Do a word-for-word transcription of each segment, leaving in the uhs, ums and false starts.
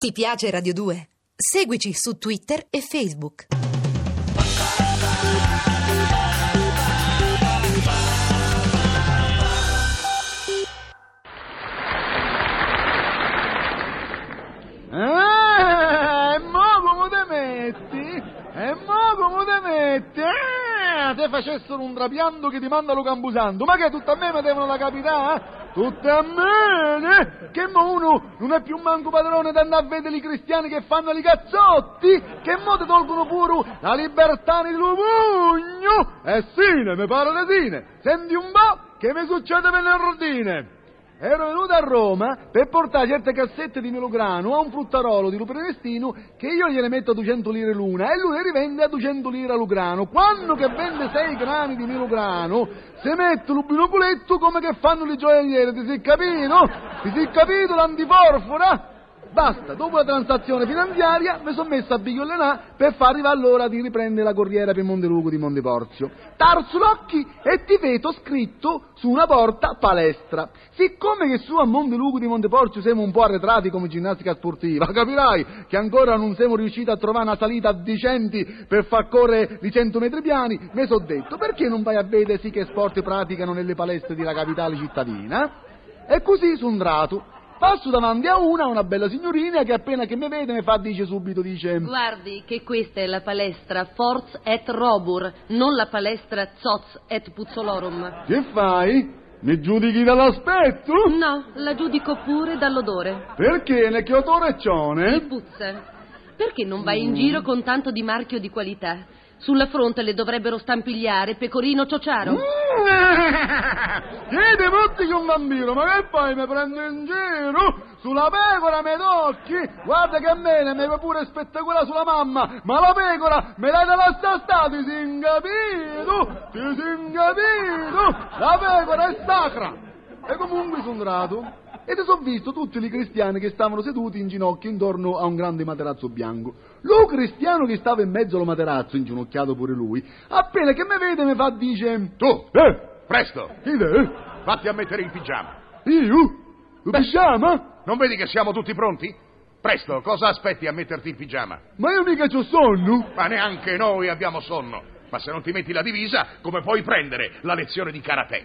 Ti piace Radio due? Seguici su Twitter e Facebook. Ah, e mo come te metti? E mo come te metti? Ah, te facessero un trapianto che ti manda lo Camposanto. Ma che tutte a me mi devono la capità? Tutte a me? Che mo uno non è più manco padrone di andare a vedere i cristiani che fanno i cazzotti? Che mo ti tolgono pure la libertà di tuo pugno? Eh sine, mi pare di sine. Senti un po' che mi succede venerdì. Ero venuto a Roma per portare certe cassette di melograno a un fruttarolo di Luprestino che io gliene metto a duecento lire l'una e lui le rivende a duecento lire all'ugrano. Quando che vende sei grani di melograno se mette un binoculetto come che fanno le gioielliere, ti si capito? Ti si capito l'antiforfora? Basta, dopo la transazione finanziaria mi sono messo a biglionare per far arrivare l'ora di riprendere la corriera per Monteluco di Monteporzio. Tarso l'occhi e ti vedo scritto su una porta palestra. Siccome che su a Monteluco di Monteporzio siamo un po' arretrati come ginnastica sportiva, capirai che ancora non siamo riusciti a trovare una salita decenti per far correre di cento metri piani, mi sono detto perché non vai a vedere sì che sport praticano nelle palestre della capitale cittadina? E così sono andato. Passo davanti a una, una bella signorina che appena che mi vede mi fa, dice subito, dice... Guardi che questa è la palestra Forz et Robur, non la palestra Zoz et Puzzolorum. Che fai? Mi giudichi dall'aspetto? No, la giudico pure dall'odore. Perché? Ne che odore c'one? Mi puzza. Perché non vai in giro con tanto di marchio di qualità? Sulla fronte le dovrebbero stampigliare pecorino ciociaro. Chiede motti che un bambino, ma che poi mi prendo in giro? Sulla pecora mi tocchi? Guarda che a me ne mi fa pure spettacolare sulla mamma, ma la pecora me l'hai dalla stasta, ti si incapito? Ti si incapito? La pecora è sacra! E comunque sono andato ed ho visto tutti i cristiani che stavano seduti in ginocchio intorno a un grande materazzo bianco. Lo cristiano che stava in mezzo allo materazzo, inginocchiato pure lui, appena che mi vede mi fa, dice... Tu, eh, presto, chi te? vatti a mettere il pigiama. Io? Il pigiama? Non vedi che siamo tutti pronti? Presto, cosa aspetti a metterti in pigiama? Ma io mica c'ho sonno. Ma neanche noi abbiamo sonno. Ma se non ti metti la divisa, come puoi prendere la lezione di karate?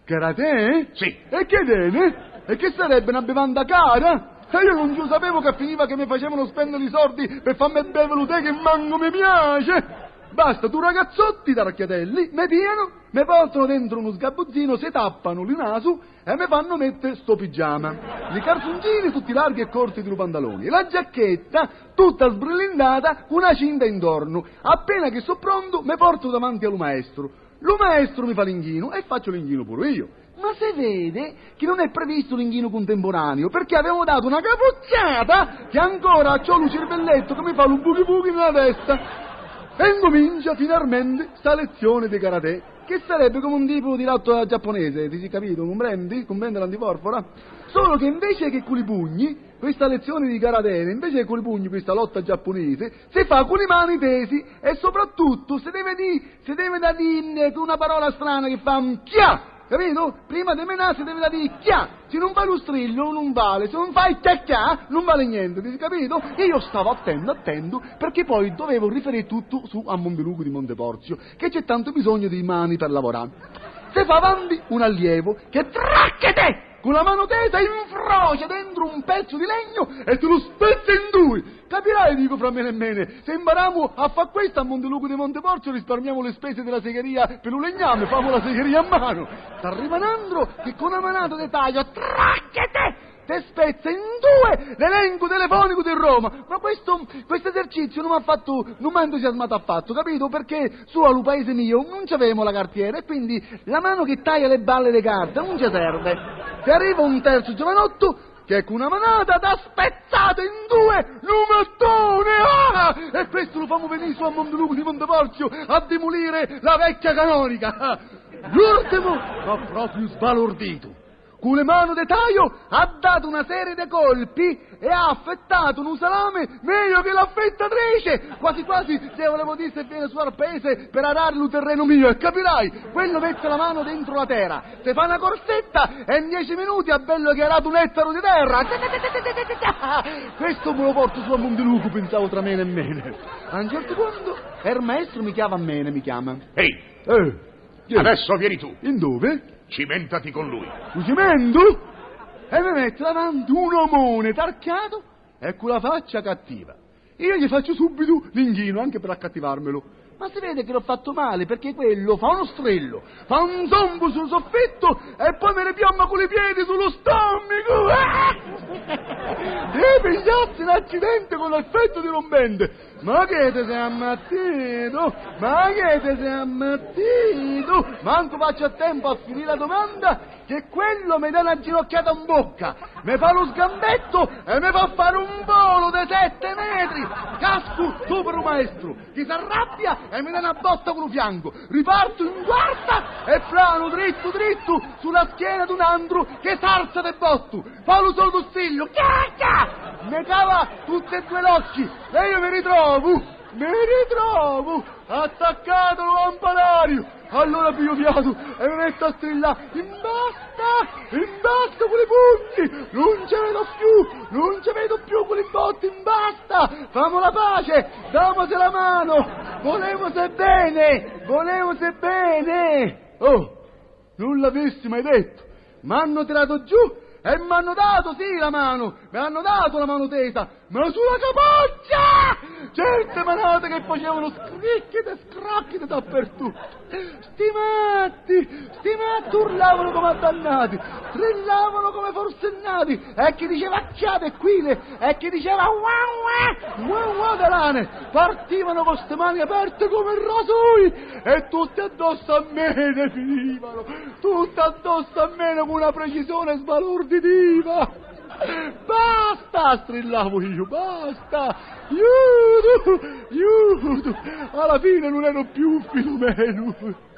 Karate? Sì. E che dene? E che sarebbe una bevanda cara? E io non giù sapevo che finiva che mi facevano spendere i soldi per farmi bere tè che manco mi piace. Basta, tu ragazzotti da racchiatelli, mi piano, mi portano dentro uno sgabuzzino, si tappano il naso e mi fanno mettere sto pigiama. I calzoncini tutti larghi e corti di pantaloni, la giacchetta tutta sbrillindata con una cinta intorno. Appena che sono pronto mi porto davanti allo maestro. Lo maestro mi fa l'inghino e faccio l'inghino pure io. Ma si vede che non è previsto l'inghino contemporaneo, perché avevo dato una capuzzata che ancora c'ho lo cervelletto che mi fa un buchi buchi nella testa. E incomincia finalmente sta lezione di karate, che sarebbe come un tipo di lato giapponese, ti si capito? Comprendi? Comprende l'antiforfora? Solo che invece che con i pugni, questa lezione di karate, invece che con i pugni, questa lotta giapponese, si fa con le mani tesi e soprattutto si deve dire, si deve da dire con una parola strana che fa chia. Capito? Prima di menare si deve da dire chia. Se non fai lo strillo non vale, se non fai chia chia non vale niente, ti capito? E io stavo attento, attento, perché poi dovevo riferire tutto su a Monteluco di Monteporzio, che c'è tanto bisogno di mani per lavorare. Se fa avanti un allievo che tracchete con la mano tesa infrocia dentro un pezzo di legno e te lo spezza in due. Capirai, dico fra me e mene, se impariamo a fare questo a Monteluco di Monteporzio risparmiamo le spese della segheria per un legname, famo la segheria a mano. Sta rimanendo che con una manata di taglio tracchete te spezza in due l'elenco telefonico di Roma. Ma questo questo esercizio non mi ha fatto, non mi ha entusiasmato affatto, capito? Perché su al paese mio non c'avevamo la cartiera e quindi la mano che taglia le balle di carta non ci serve. Se arriva un terzo giovanotto che con una manata t'ha spezzato in due l'umattone, ah! E questo lo famo venire su a Monteluco di Monteporzio a demolire la vecchia canonica. L'ultimo ma proprio sbalordito. con le mani de taglio ha dato una serie di colpi e ha affettato un salame meglio che l'affettatrice. Quasi quasi se volevo dire se viene su al paese per arare il terreno mio, e capirai, quello mette la mano dentro la terra, se fa una corsetta e in dieci minuti ha bello che ha arato un ettaro di terra. Questo me lo porto su a Monteluco, pensavo tra mene e mene. A un certo punto il maestro mi chiama a mene, mi chiama. Ehi, Eh, chi- adesso vieni tu. in dove? Cimentati con lui. Un cimento? E mi mette davanti un omone tarchiato e con la faccia cattiva. Io gli faccio subito l'inghino anche per accattivarmelo. Ma si vede che l'ho fatto male, perché quello fa uno strello, fa un zombo sul soffitto e poi me ne piomma con i piedi sullo stomaco. Ah! E pigliassi un accidente con l'effetto di rompente. Ma che te sei ammattito? Ma che te sei ammattito? Manco faccio a tempo a finire la domanda che quello mi dà una ginocchiata in bocca, mi fa lo sgambetto e mi fa fare un volo di sette metri. Casco sopra un maestro, che si arrabbia e mi dà una botta con un fianco. Riparto in quarta e plano dritto dritto sulla schiena di un altro che sarza de botto. Fa lo solo tossiglio, cacca! Mi cava tutte e due l'occhi e io mi ritrovo, mi ritrovo attaccato al lampadario. Allora piglio fiato e mi metto a strillare, imbasta, imbasta con i pugni, non ci vedo più, non ci vedo più con i botti, imbasta, famo la pace, damoci la mano, volevo se bene, volevo se bene. Oh, non l'avessi mai detto, m'hanno tirato giù e m'hanno dato, sì, la mano, mi hanno dato la mano tesa, ma sulla capoccia! Certe manate che facevano scricchite e scrocchite dappertutto. Sti matti, sti matti urlavano come addannati, strillavano come forsennati, e chi diceva acciate quile, e chi diceva wow wow, wow wow de lane, partivano con ste mani aperte come rasoi, e tutti addosso a me ne finivano, tutti addosso a me con una precisione sbalorditiva. Basta, strillavo io, basta, aiuto, aiuto, alla fine non ero più Filumeno,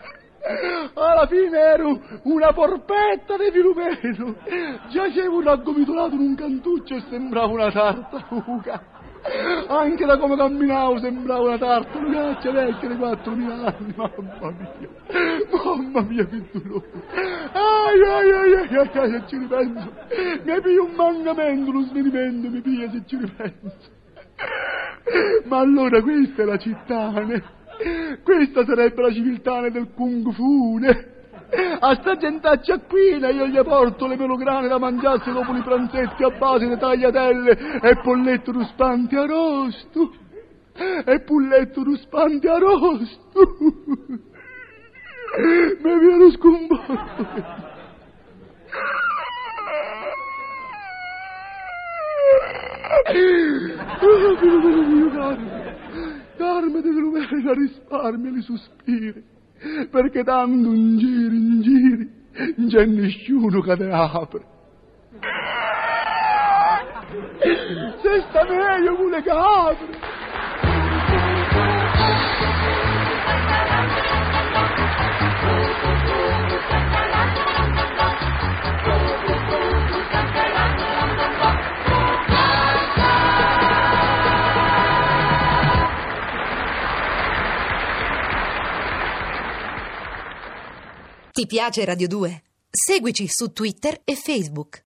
alla fine ero una porpetta di Filumeno, giacevo un aggomitolato in un cantuccio e sembrava una tartaruga. Anche da come camminavo sembrava una tartarugaccia vecchia di quattromila anni, mamma mia, mamma mia che dolore, ai ai ai ai ai, ai se ci ripenso, mi piglia un mangamento, uno svenimento mi piglia se ci ripenso. Ma allora questa è la cittane, questa sarebbe la civiltà del Kung Fu, ne? A sta gentaccia qui io gli porto le melograne da mangiarsi dopo i pranzetti a base di tagliatelle e polletto ruspanti a rosto e pulletto ruspanti a rosto. Mi viene scombatto. Oh, Filomeno mio, Carme, Carme di Filomena, risparmia i sospiri, perché tanto in giri, in giri, non c'è nessuno che te apre. Se sta meglio con le capre. Ti piace Radio due? Seguici su Twitter e Facebook.